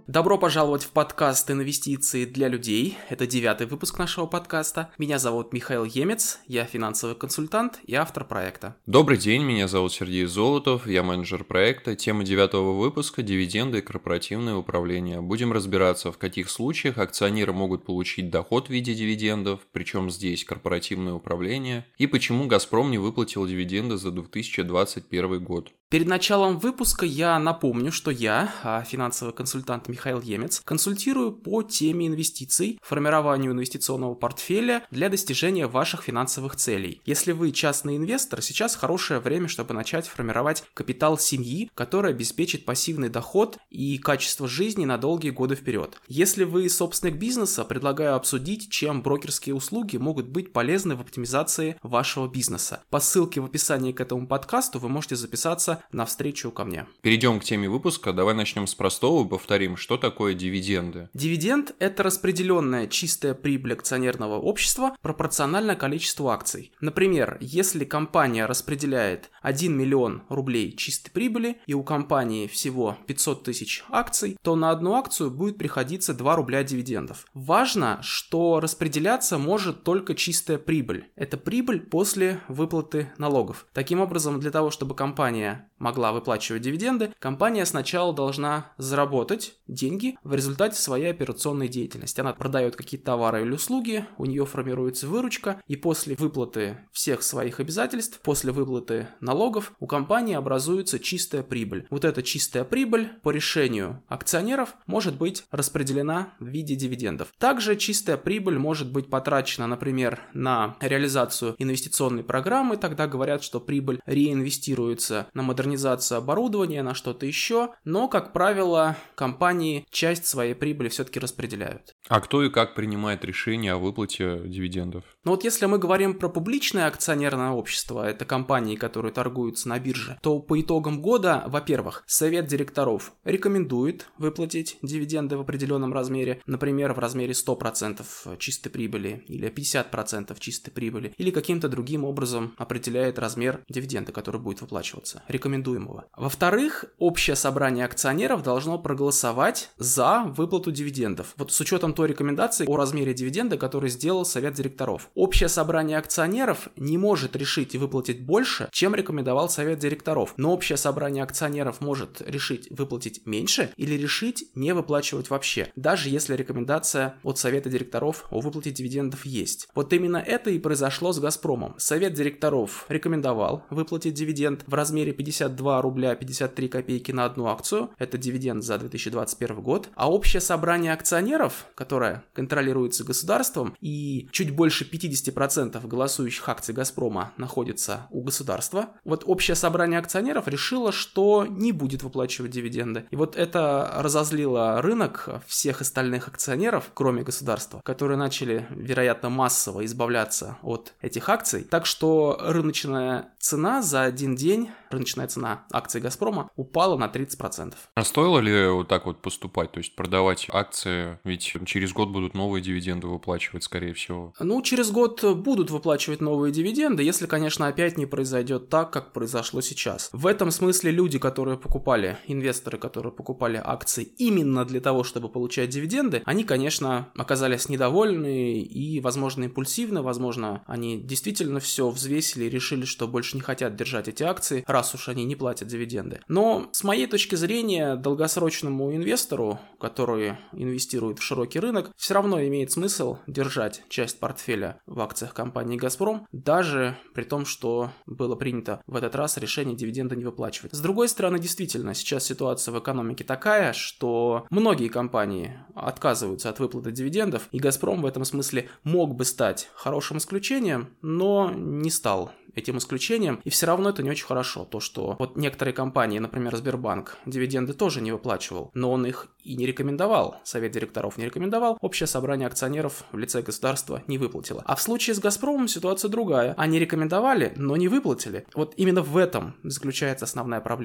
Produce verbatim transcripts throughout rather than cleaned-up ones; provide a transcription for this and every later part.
Добро пожаловать в подкаст «Инвестиции для людей». Это девятый выпуск нашего подкаста. Меня зовут Михаил Емец, я финансовый консультант и автор проекта. Добрый день, меня зовут Сергей Золотов, я менеджер проекта. Тема девятого выпуска – дивиденды и корпоративное управление. Будем разбираться, в каких случаях акционеры могут получить доход в виде дивидендов, причем здесь корпоративное управление, и почему «Газпром» не выплатил дивиденды за две тысячи двадцать первый год. Перед началом выпуска я напомню, что я, финансовый консультант Михаил Емец, консультирую по теме инвестиций, формированию инвестиционного портфеля для достижения ваших финансовых целей. Если вы частный инвестор, сейчас хорошее время, чтобы начать формировать капитал семьи, который обеспечит пассивный доход и качество жизни на долгие годы вперед. Если вы собственник бизнеса, предлагаю обсудить, чем брокерские услуги могут быть полезны в оптимизации вашего бизнеса. По ссылке в описании к этому подкасту вы можете записаться на встречу ко мне. Перейдем к теме выпуска. Давай начнем с простого и повторим, что такое дивиденды. Дивиденд – это распределенная чистая прибыль акционерного общества пропорционально количеству акций. Например, если компания распределяет один миллион рублей чистой прибыли и у компании всего пятьсот тысяч акций, то на одну акцию будет приходиться два рубля дивидендов. Важно, что распределяться может только чистая прибыль. Это прибыль после выплаты налогов. Таким образом, для того, чтобы компания могла выплачивать дивиденды, компания сначала должна заработать деньги в результате своей операционной деятельности. Она продает какие-то товары или услуги, у нее формируется выручка, и после выплаты всех своих обязательств, после выплаты налогов, у компании образуется чистая прибыль. Вот эта чистая прибыль по решению акционеров может быть распределена в виде дивидендов. Также чистая прибыль может быть потрачена, например, на реализацию инвестиционной программы, тогда говорят, что прибыль реинвестируется на модернизацию оборудования, на что-то еще, но, как правило, компании часть своей прибыли все-таки распределяют. А кто и как принимает решение о выплате дивидендов? Но вот если мы говорим про публичное акционерное общество, это компании, которые торгуются на бирже, то по итогам года, во-первых, совет директоров рекомендует выплатить дивиденды в определенном размере, например, в размере сто процентов чистой прибыли или пятьдесят процентов чистой прибыли, или каким-то другим образом определяет размер дивиденда, который будет выплачиваться, рекомендуемого. Во-вторых, общее собрание акционеров должно проголосовать за выплату дивидендов. Вот с учетом той рекомендации о размере дивиденда, который сделал совет директоров. Общее собрание акционеров не может решить выплатить больше, чем рекомендовал совет директоров, но общее собрание акционеров может решить выплатить меньше или решить не выплачивать вообще, даже если рекомендация от совета директоров о выплате дивидендов есть. Вот именно это и произошло с «Газпромом». Совет директоров рекомендовал выплатить дивиденд в размере пятьдесят два рубля пятьдесят три копейки на одну акцию, это дивиденд за две тысячи двадцать первый год, а общее собрание акционеров, которое контролируется государством, и чуть больше пятьдесят процентов голосующих акций «Газпрома» находится у государства, вот общее собрание акционеров решило, что не будет выплачивать дивиденды. И вот это разозлило рынок всех остальных акционеров, кроме государства, которые начали, вероятно, массово избавляться от этих акций. Так что рыночная цена за один день, рыночная цена акций «Газпрома» упала на тридцать процентов. А стоило ли вот так вот поступать, то есть продавать акции, ведь через год будут новые дивиденды выплачивать, скорее всего? Ну, через год будут выплачивать новые дивиденды, если, конечно, опять не произойдет так, как произошло сейчас. В этом смысле люди, которые покупали, инвесторы, которые покупали акции именно для того, чтобы получать дивиденды, они, конечно, оказались недовольны и, возможно, импульсивны, возможно, они действительно все взвесили и решили, что больше не хотят держать эти акции, раз уж они не платят дивиденды. Но, с моей точки зрения, долгосрочному инвестору, который инвестирует в широкий рынок, все равно имеет смысл держать часть портфеля в акциях компании «Газпром», даже при том, что было принято в этот раз решение дивиденды не выплачивать. С другой стороны, действительно, сейчас ситуация в экономике такая, что многие компании отказываются от выплаты дивидендов, и «Газпром» в этом смысле мог бы стать хорошим исключением, но не стал этим исключением, и все равно это не очень хорошо, то, что вот некоторые компании, например, Сбербанк, дивиденды тоже не выплачивал, но он их и не рекомендовал, совет директоров не рекомендовал, общее собрание акционеров в лице государства не выплатило. А в случае с «Газпромом» ситуация другая. Они рекомендовали, но не выплатили. Вот именно в этом заключается основная проблема.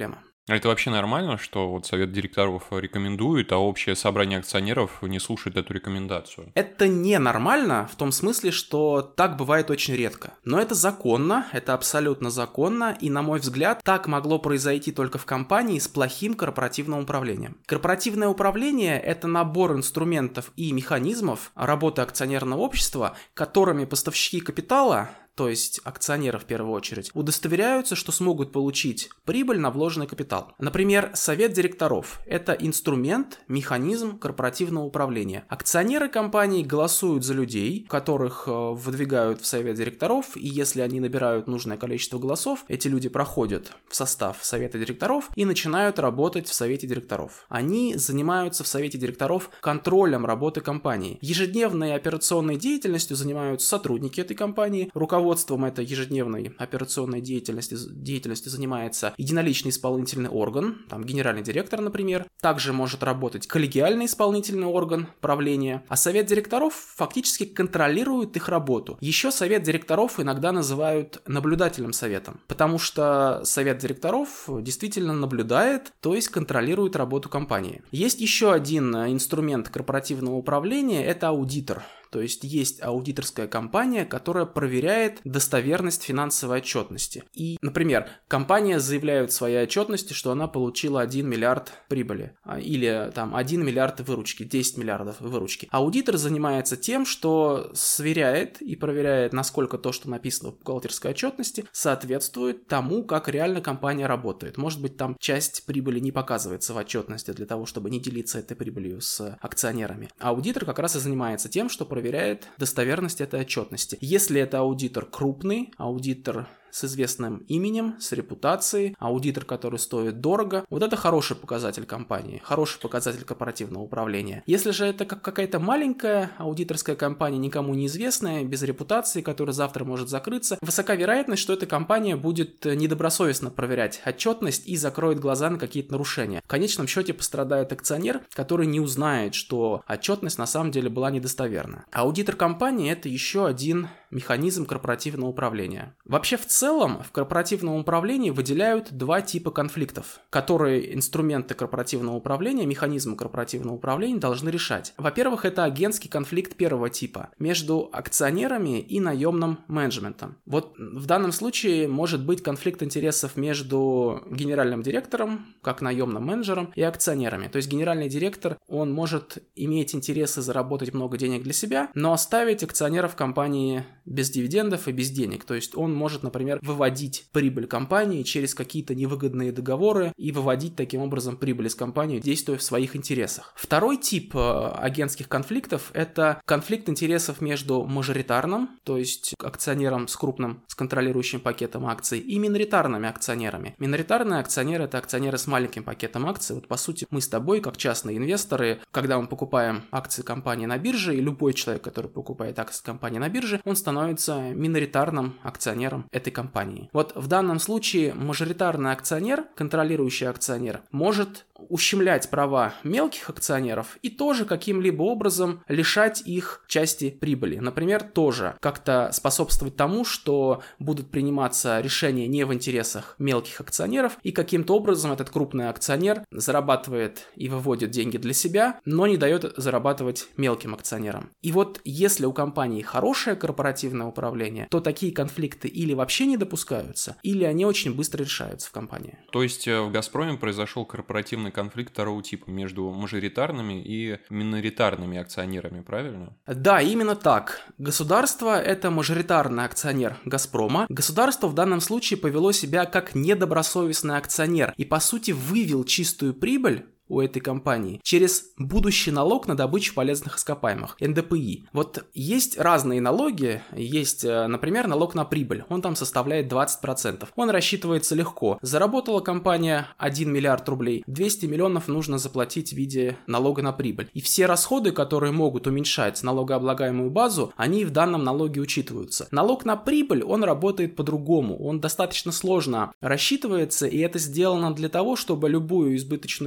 А это вообще нормально, что вот совет директоров рекомендует, а общее собрание акционеров не слушает эту рекомендацию? Это ненормально в том смысле, что так бывает очень редко. Но это законно, это абсолютно законно, и, на мой взгляд, так могло произойти только в компании с плохим корпоративным управлением. Корпоративное управление – это набор инструментов и механизмов работы акционерного общества, которыми поставщики капитала, то есть акционеры в первую очередь, удостоверяются, что смогут получить прибыль на вложенный капитал. Например, совет директоров – это инструмент, механизм корпоративного управления. Акционеры компании голосуют за людей, которых выдвигают в совет директоров, и если они набирают нужное количество голосов, эти люди проходят в состав совета директоров и начинают работать в совете директоров. Они занимаются в совете директоров контролем работы компании. Ежедневной операционной деятельностью занимаются сотрудники этой компании, руководство Руководством этой ежедневной операционной деятельности, деятельности занимается единоличный исполнительный орган, там генеральный директор, например. Также может работать коллегиальный исполнительный орган правления, а совет директоров фактически контролирует их работу. Еще совет директоров иногда называют наблюдательным советом, потому что совет директоров действительно наблюдает, то есть контролирует работу компании. Есть еще один инструмент корпоративного управления – это аудитор. То есть есть аудиторская компания, которая проверяет достоверность финансовой отчетности. И, например, компания заявляет в своей отчетности, что она получила один миллиард прибыли. Или там один миллиард выручки, десять миллиардов выручки. Аудитор занимается тем, что сверяет и проверяет, насколько то, что написано в бухгалтерской отчетности, соответствует тому, как реально компания работает. Может быть, там часть прибыли не показывается в отчетности для того, чтобы не делиться этой прибылью с акционерами. Аудитор как раз и занимается тем, что проверяет проверяет достоверность этой отчетности. Если это аудитор крупный, аудитор с известным именем, с репутацией, аудитор, который стоит дорого, вот это хороший показатель компании, хороший показатель корпоративного управления. Если же это как какая-то маленькая аудиторская компания, никому неизвестная, без репутации, которая завтра может закрыться, высока вероятность, что эта компания будет недобросовестно проверять отчетность и закроет глаза на какие-то нарушения. В конечном счете пострадает акционер, который не узнает, что отчетность на самом деле была недостоверна. Аудитор компании – это еще один механизм корпоративного управления. Вообще в целом в корпоративном управлении выделяют два типа конфликтов, которые инструменты корпоративного управления, механизмы корпоративного управления должны решать. Во-первых, это агентский конфликт первого типа между акционерами и наемным менеджментом. Вот в данном случае может быть конфликт интересов между генеральным директором, как наемным менеджером, и акционерами. То есть генеральный директор, он может иметь интересы заработать много денег для себя, но оставить акционеров компании без дивидендов и без денег. То есть он может, например, выводить прибыль компании через какие-то невыгодные договоры и выводить таким образом прибыль из компании, действуя в своих интересах. Второй тип э, агентских конфликтов – это конфликт интересов между мажоритарным, то есть акционером с крупным, с контролирующим пакетом акций, и миноритарными акционерами. Миноритарные акционеры – это акционеры с маленьким пакетом акций. Вот по сути мы с тобой, как частные инвесторы, когда мы покупаем акции компании на бирже, и любой человек, который покупает акции компании на бирже, он становится миноритарным акционером этой компании. Вот в данном случае мажоритарный акционер, контролирующий акционер, может ущемлять права мелких акционеров и тоже каким-либо образом лишать их части прибыли. Например, тоже как-то способствовать тому, что будут приниматься решения не в интересах мелких акционеров, и каким-то образом этот крупный акционер зарабатывает и выводит деньги для себя, но не дает зарабатывать мелким акционерам. И вот если у компании хорошее корпоративное управление, то такие конфликты или вообще не допускаются, или они очень быстро решаются в компании. То есть в «Газпроме» произошел корпоративный конфликт второго типа между мажоритарными и миноритарными акционерами, правильно? Да, именно так. Государство – это мажоритарный акционер «Газпрома». Государство в данном случае повело себя как недобросовестный акционер и, по сути, вывел чистую прибыль у этой компании через будущий налог на добычу полезных ископаемых, эн дэ пэ и. Вот есть разные налоги, есть, например, налог на прибыль, он там составляет двадцать процентов. Он рассчитывается легко. Заработала компания один миллиард рублей, двести миллионов нужно заплатить в виде налога на прибыль. И все расходы, которые могут уменьшать налогооблагаемую базу, они в данном налоге учитываются. Налог на прибыль, он работает по-другому, он достаточно сложно рассчитывается, и это сделано для того, чтобы любую избыточную прибыль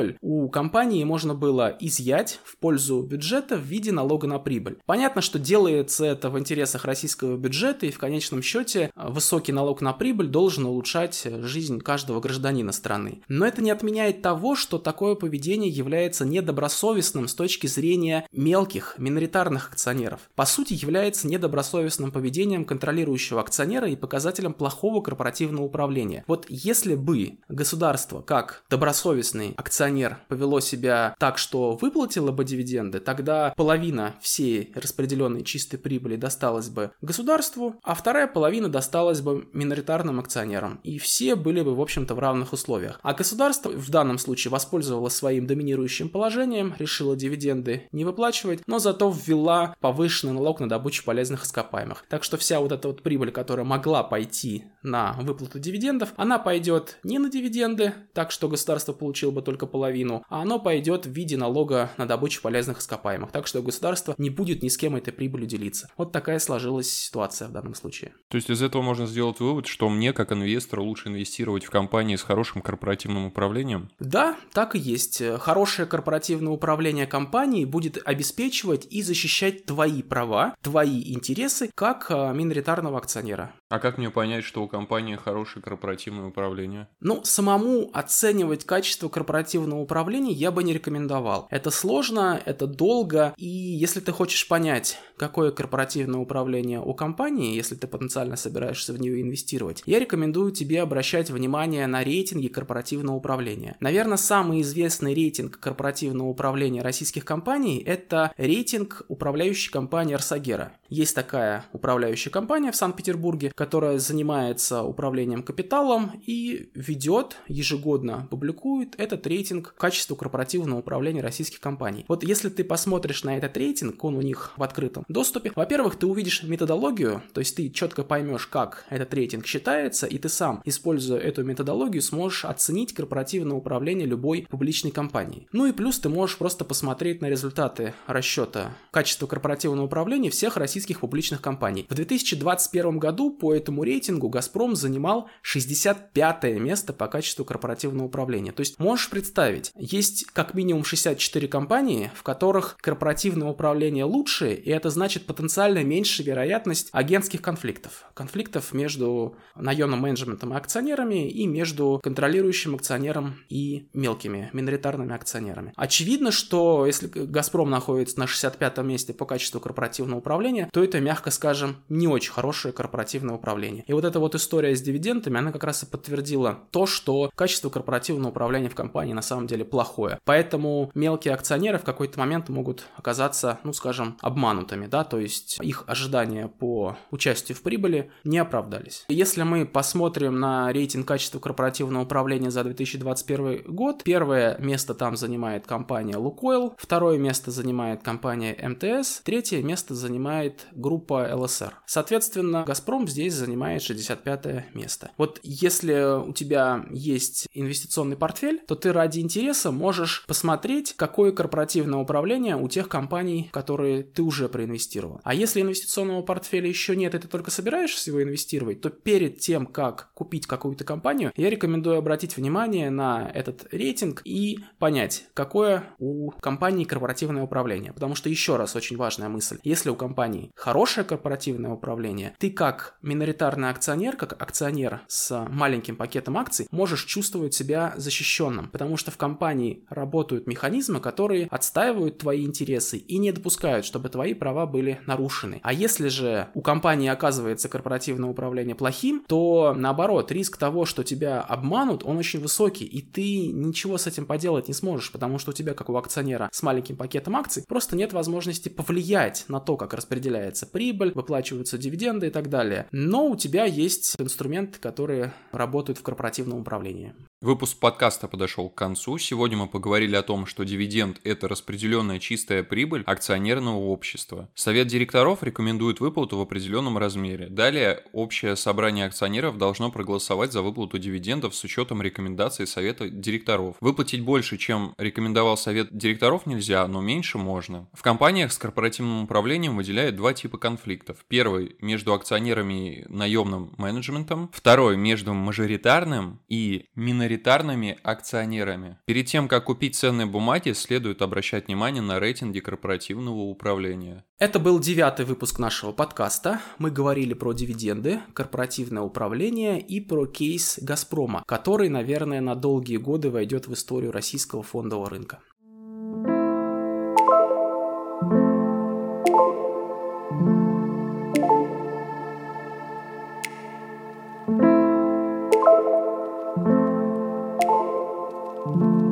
прибыль у компании можно было изъять в пользу бюджета в виде налога на прибыль. Понятно, что делается это в интересах российского бюджета, и в конечном счете высокий налог на прибыль должен улучшать жизнь каждого гражданина страны. Но это не отменяет того, что такое поведение является недобросовестным с точки зрения мелких миноритарных акционеров. По сути, является недобросовестным поведением контролирующего акционера и показателем плохого корпоративного управления. Вот если бы государство, как добросовестный акционер, повело себя так, что выплатило бы дивиденды, тогда половина всей распределенной чистой прибыли досталась бы государству, а вторая половина досталась бы миноритарным акционерам. И все были бы, в общем-то, в равных условиях. А государство в данном случае воспользовалось своим доминирующим положением, решило дивиденды не выплачивать, но зато ввела повышенный налог на добычу полезных ископаемых. Так что вся вот эта вот прибыль, которая могла пойти на выплату дивидендов, она пойдет не на дивиденды, так что государство получило бы только половину, а оно пойдет в виде налога на добычу полезных ископаемых. Так что государство не будет ни с кем этой прибылью делиться. Вот такая сложилась ситуация в данном случае. То есть из этого можно сделать вывод, что мне, как инвестору, лучше инвестировать в компании с хорошим корпоративным управлением? Да, так и есть. Хорошее корпоративное управление компанией будет обеспечивать и защищать твои права, твои интересы как миноритарного акционера. А как мне понять, что у компании хорошее корпоративное управление? Ну, самому оценивать качество корпоративного управления я бы не рекомендовал. Это сложно, это долго, и если ты хочешь понять, какое корпоративное управление у компании, если ты потенциально собираешься в нее инвестировать, я рекомендую тебе обращать внимание на рейтинги корпоративного управления. Наверное, самый известный рейтинг корпоративного управления российских компаний – это рейтинг управляющей компании Арсагера. Есть такая управляющая компания в Санкт-Петербурге, которая занимается управлением капиталом и ведет, ежегодно публикует этот рейтинг качества корпоративного управления российских компаний. Вот если ты посмотришь на этот рейтинг, он у них в открытом доступе, во-первых, ты увидишь методологию, то есть ты четко поймешь, как этот рейтинг считается, и ты сам, используя эту методологию, сможешь оценить корпоративное управление любой публичной компании. Ну и плюс ты можешь просто посмотреть на результаты расчета качества корпоративного управления всех российских публичных компаний. В две тысячи двадцать первом году по этому рейтингу «Газпром» занимал шестьдесят пятое место по качеству корпоративного управления. То есть можешь представить, есть как минимум шестьдесят четыре компании, в которых корпоративное управление лучше, и это значит потенциально меньшая вероятность агентских конфликтов. Конфликтов между наемным менеджментом и акционерами и между контролирующим акционером и мелкими миноритарными акционерами. Очевидно, что если «Газпром» находится на шестьдесят пятом месте по качеству корпоративного управления, то это, мягко скажем, не очень хорошее корпоративное управление. И вот эта вот история с дивидендами, она как раз и подтвердила то, что качество корпоративного управления в компании на самом деле плохое. Поэтому мелкие акционеры в какой-то момент могут оказаться, ну скажем, обманутыми, да, то есть их ожидания по участию в прибыли не оправдались. Если мы посмотрим на рейтинг качества корпоративного управления за две тысячи двадцать первый год, первое место там занимает компания «Лукойл», второе место занимает компания эм тэ эс, третье место занимает группа эл эс эр. Соответственно, «Газпром» здесь занимает шестьдесят пятое место. Вот если у тебя есть инвестиционный портфель, то ты ради интереса можешь посмотреть, какое корпоративное управление у тех компаний, которые ты уже проинвестировал. А если инвестиционного портфеля еще нет, и ты только собираешься его инвестировать, то перед тем, как купить какую-то компанию, я рекомендую обратить внимание на этот рейтинг и понять, какое у компании корпоративное управление. Потому что, еще раз, очень важная мысль. Если у компании хорошее корпоративное управление, ты как миноритарный акционер, как акционер с маленьким пакетом акций, можешь чувствовать себя защищенным, потому что в компании работают механизмы, которые отстаивают твои интересы и не допускают, чтобы твои права были нарушены. А если же у компании оказывается корпоративное управление плохим, то наоборот, риск того, что тебя обманут, он очень высокий, и ты ничего с этим поделать не сможешь, потому что у тебя, как у акционера с маленьким пакетом акций, просто нет возможности повлиять на то, как распределяется прибыль, выплачиваются дивиденды и так далее. Но у тебя есть инструменты, которые работают в корпоративном управлении. Выпуск подкаста подошел к концу. Сегодня мы поговорили о том, что дивиденд – это распределенная чистая прибыль акционерного общества. Совет директоров рекомендует выплату в определенном размере. Далее общее собрание акционеров должно проголосовать за выплату дивидендов с учетом рекомендаций совета директоров. Выплатить больше, чем рекомендовал совет директоров, нельзя, но меньше можно. В компаниях с корпоративным управлением выделяют два типа конфликтов. Первый – между акционерами и наемным менеджментом. Второй – между мажоритарным и миноритарным миноритарными акционерами. Перед тем, как купить ценные бумаги, следует обращать внимание на рейтинги корпоративного управления. Это был девятый выпуск нашего подкаста. Мы говорили про дивиденды, корпоративное управление и про кейс «Газпрома», который, наверное, на долгие годы войдет в историю российского фондового рынка. Thank you.